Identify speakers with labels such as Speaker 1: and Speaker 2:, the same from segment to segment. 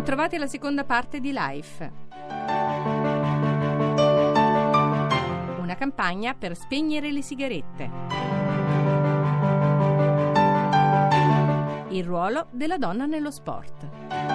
Speaker 1: Bentrovati alla seconda parte di Life. Una campagna per spegnere le sigarette. Il ruolo della donna nello sport.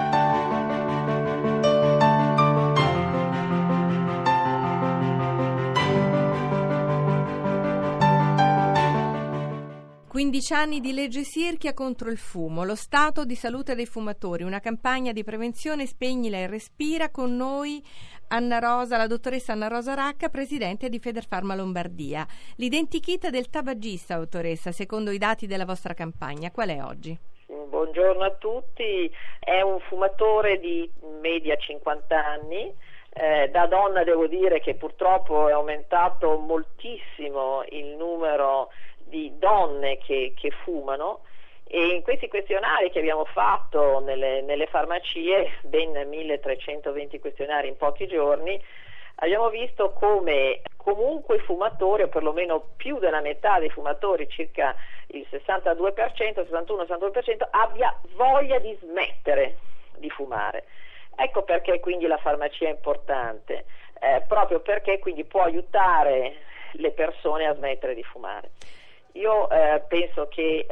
Speaker 1: «15 anni di legge Sirchia contro il fumo, lo stato di salute dei fumatori, una campagna di prevenzione spegnila e respira». Con noi la dottoressa Anna Rosa Racca, presidente di Federfarma Lombardia. L'identikit del tabagista, dottoressa, secondo i dati della vostra campagna, qual è oggi?
Speaker 2: Buongiorno a tutti, è un fumatore di media 50 anni. Da donna devo dire che purtroppo è aumentato moltissimo il numero di donne che fumano, e in questi questionari che abbiamo fatto nelle farmacie, ben 1320 questionari in pochi giorni, abbiamo visto come comunque i fumatori, o perlomeno più della metà dei fumatori, circa il 62%, 61-62%, abbia voglia di smettere di fumare. Ecco perché quindi la farmacia è importante, proprio perché quindi può aiutare le persone a smettere di fumare. Io penso che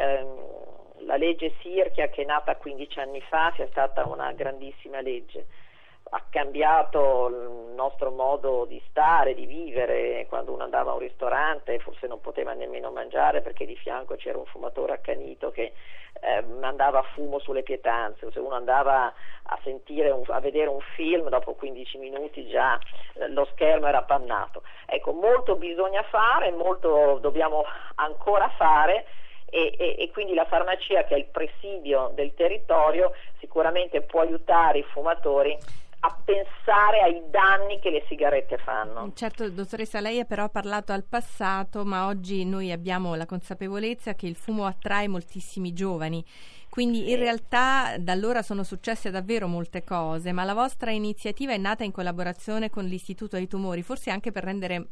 Speaker 2: la legge Sirchia, che è nata 15 anni fa, sia stata una grandissima legge. Ha cambiato il nostro modo di stare, di vivere. Quando uno andava a un ristorante forse non poteva nemmeno mangiare perché di fianco c'era un fumatore accanito che mandava fumo sulle pietanze. Se uno andava a vedere un film, dopo 15 minuti già lo schermo era appannato. Ecco, molto bisogna fare, molto dobbiamo ancora fare, e quindi la farmacia, che è il presidio del territorio, sicuramente può aiutare i fumatori a pensare ai danni che le sigarette fanno.
Speaker 1: Certo, dottoressa, lei ha però parlato al passato, ma oggi noi abbiamo la consapevolezza che il fumo attrae moltissimi giovani. Quindi in realtà da allora sono successe davvero molte cose, ma la vostra iniziativa è nata in collaborazione con l'Istituto dei Tumori, forse anche per rendere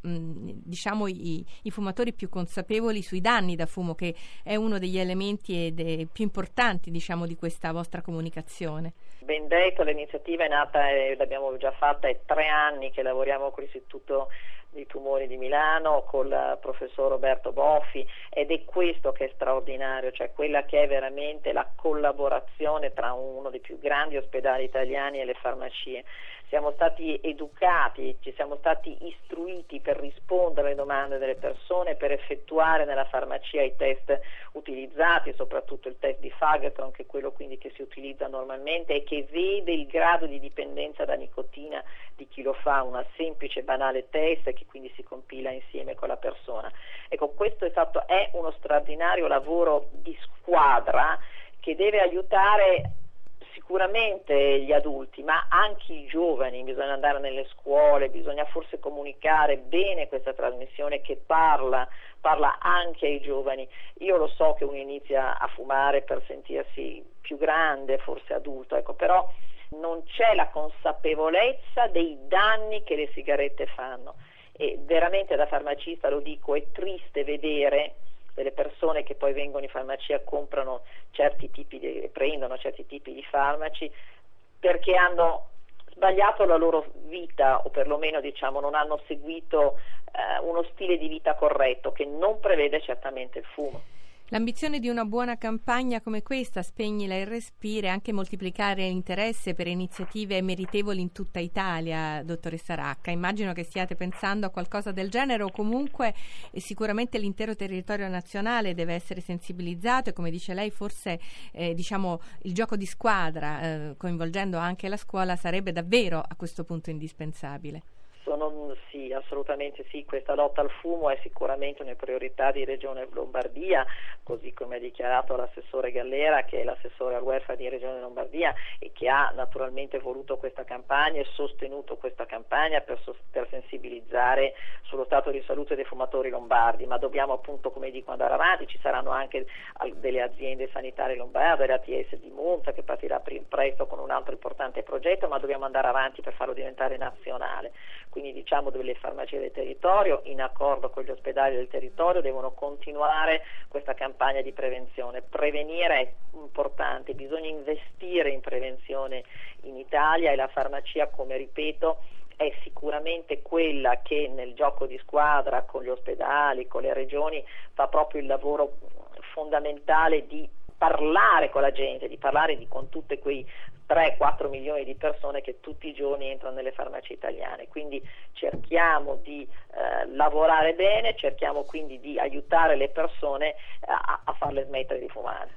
Speaker 1: i fumatori più consapevoli sui danni da fumo, che è uno degli elementi più importanti, di questa vostra comunicazione.
Speaker 2: Ben detto, l'iniziativa è nata, l'abbiamo già fatta, è 3 anni che lavoriamo con l'Istituto dei Tumori di Milano, col professor Roberto Boffi, ed è questo che è straordinario, cioè quella che è veramente la collaborazione tra uno dei più grandi ospedali italiani e le farmacie. Siamo stati educati, ci siamo stati istruiti per rispondere alle domande delle persone, per effettuare nella farmacia i test utilizzati, soprattutto il test di Fagertron, che è quello quindi che si utilizza normalmente e che vede il grado di dipendenza da nicotina di chi lo fa, una semplice banale test che quindi si compila insieme con la persona. Ecco, questo è uno straordinario lavoro di squadra che deve aiutare sicuramente gli adulti, ma anche i giovani. Bisogna andare nelle scuole, bisogna forse comunicare bene questa trasmissione che parla anche ai giovani. Io lo so che uno inizia a fumare per sentirsi più grande, forse adulto, però non c'è la consapevolezza dei danni che le sigarette fanno, e veramente da farmacista lo dico, è triste vedere delle persone che poi vengono in farmacia, prendono certi tipi di farmaci perché hanno sbagliato la loro vita, o perlomeno non hanno seguito uno stile di vita corretto che non prevede certamente il fumo.
Speaker 1: L'ambizione di una buona campagna come questa, Spegnila e respira, è anche moltiplicare l'interesse per iniziative meritevoli in tutta Italia, dottoressa Racca. Immagino che stiate pensando a qualcosa del genere, o comunque sicuramente l'intero territorio nazionale deve essere sensibilizzato, e come dice lei forse il gioco di squadra, coinvolgendo anche la scuola, sarebbe davvero a questo punto indispensabile.
Speaker 2: Sì, assolutamente sì, questa lotta al fumo è sicuramente una priorità di Regione Lombardia, così come ha dichiarato l'assessore Gallera, che è l'assessore al welfare di Regione Lombardia, e che ha naturalmente voluto questa campagna e sostenuto questa campagna per sensibilizzare sullo stato di salute dei fumatori lombardi. Ma dobbiamo appunto, come dico, andare avanti. Ci saranno anche delle aziende sanitarie lombarde, l'ATS di Monza, che partirà presto con un altro importante progetto, ma dobbiamo andare avanti per farlo diventare nazionale. Quindi quindi diciamo delle farmacie del territorio, in accordo con gli ospedali del territorio, devono continuare questa campagna di prevenzione. Prevenire è importante, bisogna investire in prevenzione in Italia e la farmacia, come ripeto, è sicuramente quella che nel gioco di squadra con gli ospedali, con le regioni, fa proprio il lavoro fondamentale di parlare con la gente, di parlare con tutti quei 3-4 milioni di persone che tutti i giorni entrano nelle farmacie italiane. Quindi cerchiamo di lavorare bene, cerchiamo quindi di aiutare le persone a farle smettere di fumare.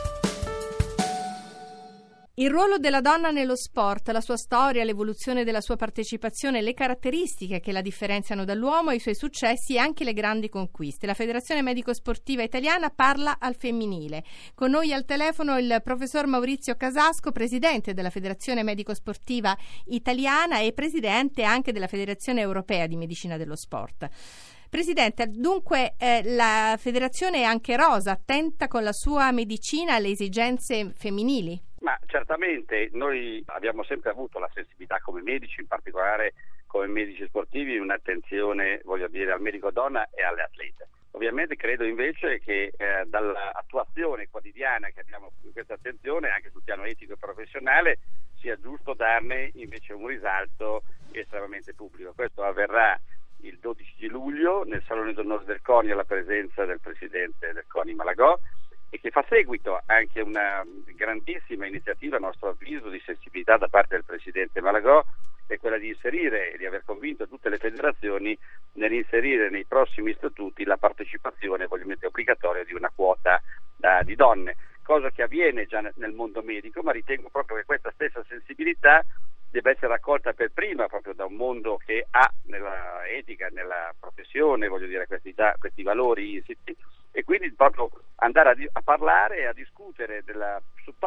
Speaker 1: Il ruolo della donna nello sport, la sua storia, l'evoluzione della sua partecipazione, le caratteristiche che la differenziano dall'uomo, i suoi successi e anche le grandi conquiste. La Federazione Medico Sportiva Italiana parla al femminile. Con noi al telefono il professor Maurizio Casasco, presidente della Federazione Medico Sportiva Italiana e presidente anche della Federazione Europea di Medicina dello Sport. Presidente, dunque la federazione è anche rosa, attenta con la sua medicina alle esigenze femminili?
Speaker 3: Ma certamente noi abbiamo sempre avuto la sensibilità come medici, in particolare come medici sportivi, un'attenzione, voglio dire, al medico donna e alle atlete. Ovviamente credo invece che dall'attuazione quotidiana che abbiamo in questa attenzione, anche sul piano etico e professionale, sia giusto darne invece un risalto estremamente pubblico. Questo avverrà il 12 di luglio nel Salone d'Onore del CONI alla presenza del presidente del CONI Malagò, e che fa seguito anche una grandissima iniziativa, a nostro avviso, di sensibilità da parte del presidente Malagò, è quella di inserire e di aver convinto tutte le federazioni nell'inserire nei prossimi statuti la partecipazione ovviamente obbligatoria di una quota di donne, cosa che avviene già nel mondo medico, ma ritengo proprio che questa stessa sensibilità debba essere raccolta per prima proprio da un mondo che ha nella etica, nella professione, voglio dire, questi valori insiti, e quindi proprio andare a parlare e a discutere dal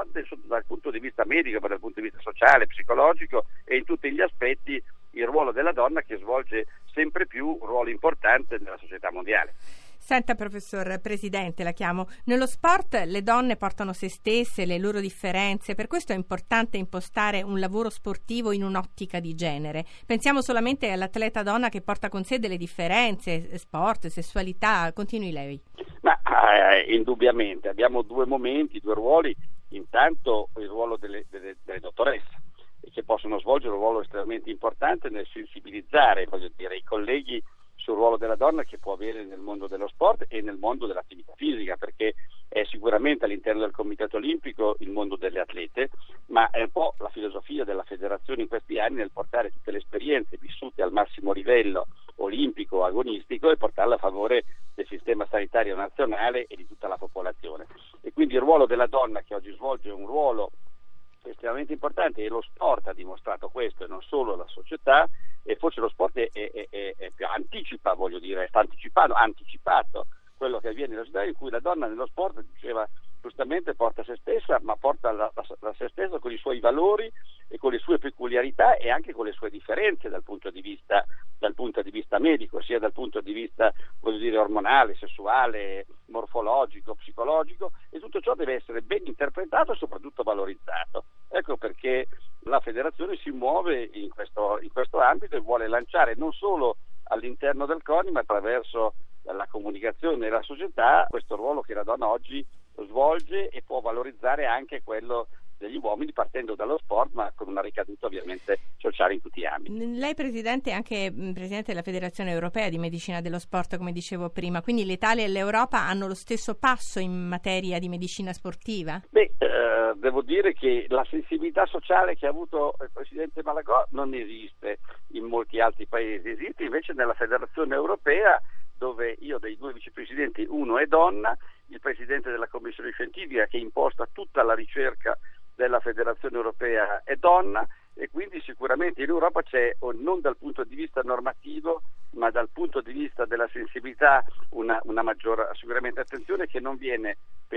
Speaker 3: punto di vista medico, ma dal punto di vista sociale, psicologico e in tutti gli aspetti il ruolo della donna, che svolge sempre più un ruolo importante nella società mondiale.
Speaker 1: Senta, professor Presidente, la chiamo. Nello sport le donne portano se stesse, le loro differenze, per questo è importante impostare un lavoro sportivo in un'ottica di genere. Pensiamo solamente all'atleta donna che porta con sé delle differenze, sport, sessualità, continui lei.
Speaker 3: Ma indubbiamente abbiamo due momenti, due ruoli. Intanto il ruolo delle dottoresse, che possono svolgere un ruolo estremamente importante nel sensibilizzare, voglio dire, i colleghi sul ruolo della donna che può avere nel mondo dello sport e nel mondo dell'attività fisica, perché è sicuramente all'interno del Comitato Olimpico il mondo delle atlete, ma è un po' la filosofia della federazione in questi anni nel portare tutte le esperienze vissute al massimo livello olimpico, agonistico, e portarle a favore del sistema sanitario nazionale e di tutta la popolazione. E quindi il ruolo della donna, che oggi svolge un ruolo estremamente importante, e lo sport ha dimostrato questo, e non solo la società, e forse lo sport anticipa, voglio dire, sta anticipato quello che avviene nella società, in cui la donna nello sport, diceva giustamente, porta se stessa, ma porta la se stessa con i suoi valori e con le sue peculiarità e anche con le sue differenze dal punto di vista medico, sia dal punto di vista, voglio dire, ormonale, sessuale, morfologico, psicologico, e tutto ciò deve essere ben interpretato e soprattutto valorizzato. Ecco perché la federazione si muove in questo ambito e vuole lanciare non solo all'interno del CONI, ma attraverso la comunicazione nella società, questo ruolo che la donna oggi svolge, e può valorizzare anche quello degli uomini, partendo dallo sport, ma con una ricaduta ovviamente sociale in tutti gli ambiti.
Speaker 1: Lei, Presidente, è anche Presidente della Federazione Europea di Medicina dello Sport, come dicevo prima, quindi l'Italia e l'Europa hanno lo stesso passo in materia di medicina sportiva?
Speaker 3: Devo dire che la sensibilità sociale che ha avuto il Presidente Malagò non esiste in molti altri paesi, esiste invece nella Federazione Europea, dove io dei due vicepresidenti uno è donna, il Presidente della Commissione Scientifica che imposta tutta la ricerca della Federazione Europea è donna, e quindi sicuramente in Europa c'è, non dal punto di vista normativo, ma dal punto di vista della sensibilità, una maggiore sicuramente attenzione, che non viene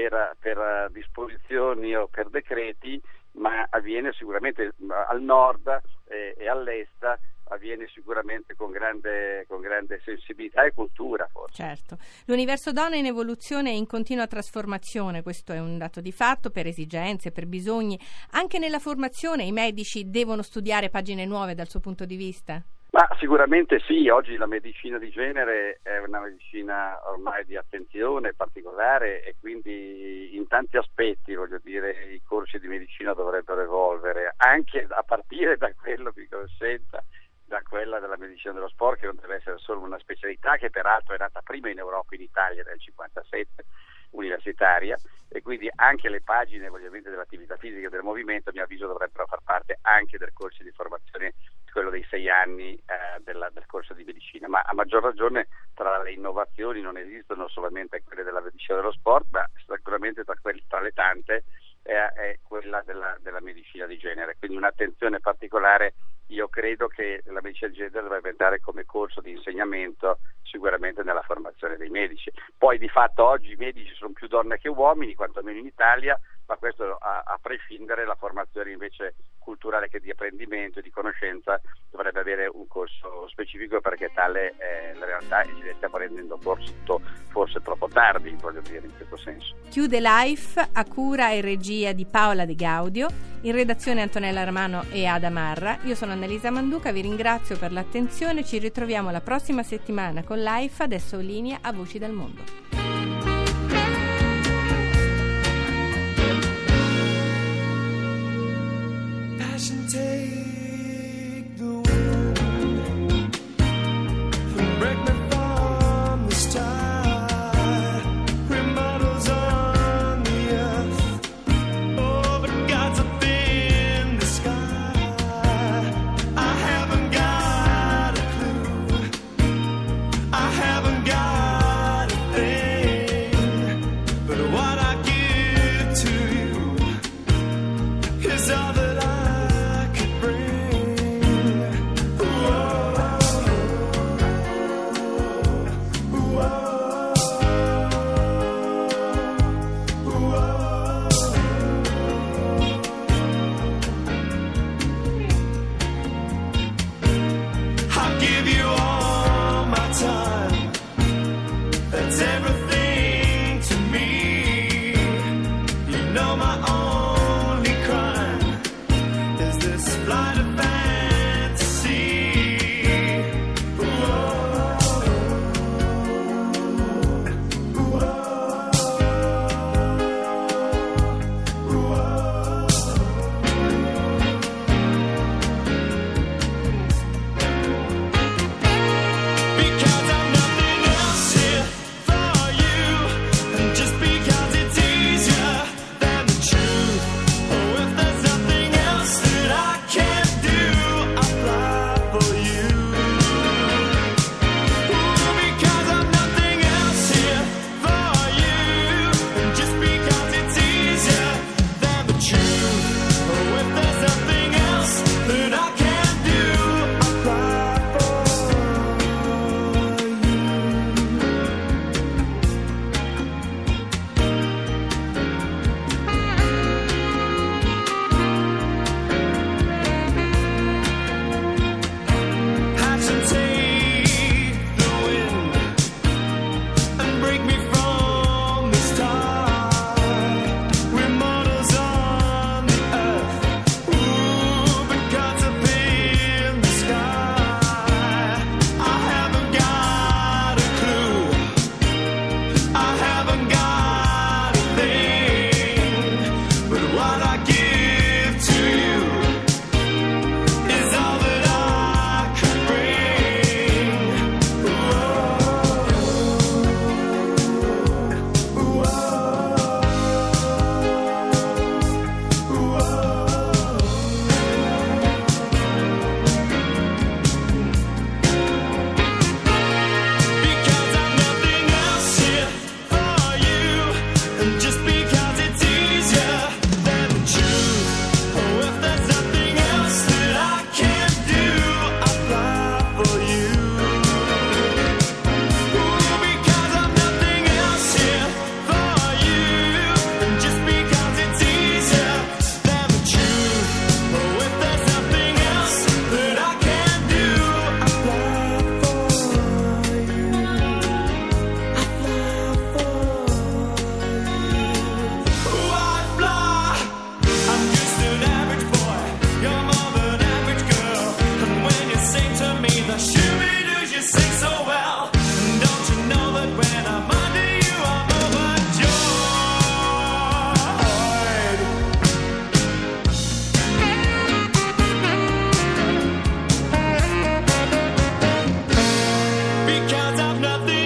Speaker 3: per disposizioni o per decreti, ma avviene sicuramente al nord e all'est, avviene sicuramente con grande sensibilità e cultura, forse.
Speaker 1: Certo. L'universo donna è in evoluzione e in continua trasformazione, questo è un dato di fatto, per esigenze, per bisogni. Anche nella formazione i medici devono studiare pagine nuove dal suo punto di vista?
Speaker 3: Ma sicuramente sì, oggi la medicina di genere è una medicina ormai di attenzione particolare e quindi in tanti aspetti, voglio dire, i corsi di medicina dovrebbero evolvere, anche a partire da quello, di conseguenza, da quella della medicina dello sport, che non deve essere solo una specialità, che peraltro è nata prima in Europa, in Italia nel 1957, universitaria, e quindi anche le pagine ovviamente dell'attività fisica e del movimento, a mio avviso, dovrebbero far parte anche del corso di formazione, quello dei 6 anni del corso di medicina, ma a maggior ragione tra le innovazioni non esistono solamente quelle della medicina dello sport, ma sicuramente tra le tante è quella della medicina di genere, quindi un'attenzione particolare. Io credo che la medicina di genere dovrebbe entrare come corso di insegnamento sicuramente nella formazione dei medici. Poi di fatto oggi i medici sono più donne che uomini, quantomeno in Italia, ma questo a prescindere. La formazione invece culturale, che di apprendimento e di conoscenza, dovrebbe avere un corso specifico, perché tale è la realtà e ce ne stiamo rendendo forse troppo tardi, voglio dire, in questo senso.
Speaker 1: Chiude Life a cura e regia di Paola De Gaudio, in redazione Antonella Romano e Ada Marra. Io sono Annalisa Manduca, vi ringrazio per l'attenzione, ci ritroviamo la prossima settimana con Life, adesso linea a Voci dal Mondo.
Speaker 4: Take the wind and break me from the sky. Remodels on the earth. Oh, but God's up in the sky. I haven't got a clue. I haven't got a thing. But what I give to you is all that I bring. because I've nothing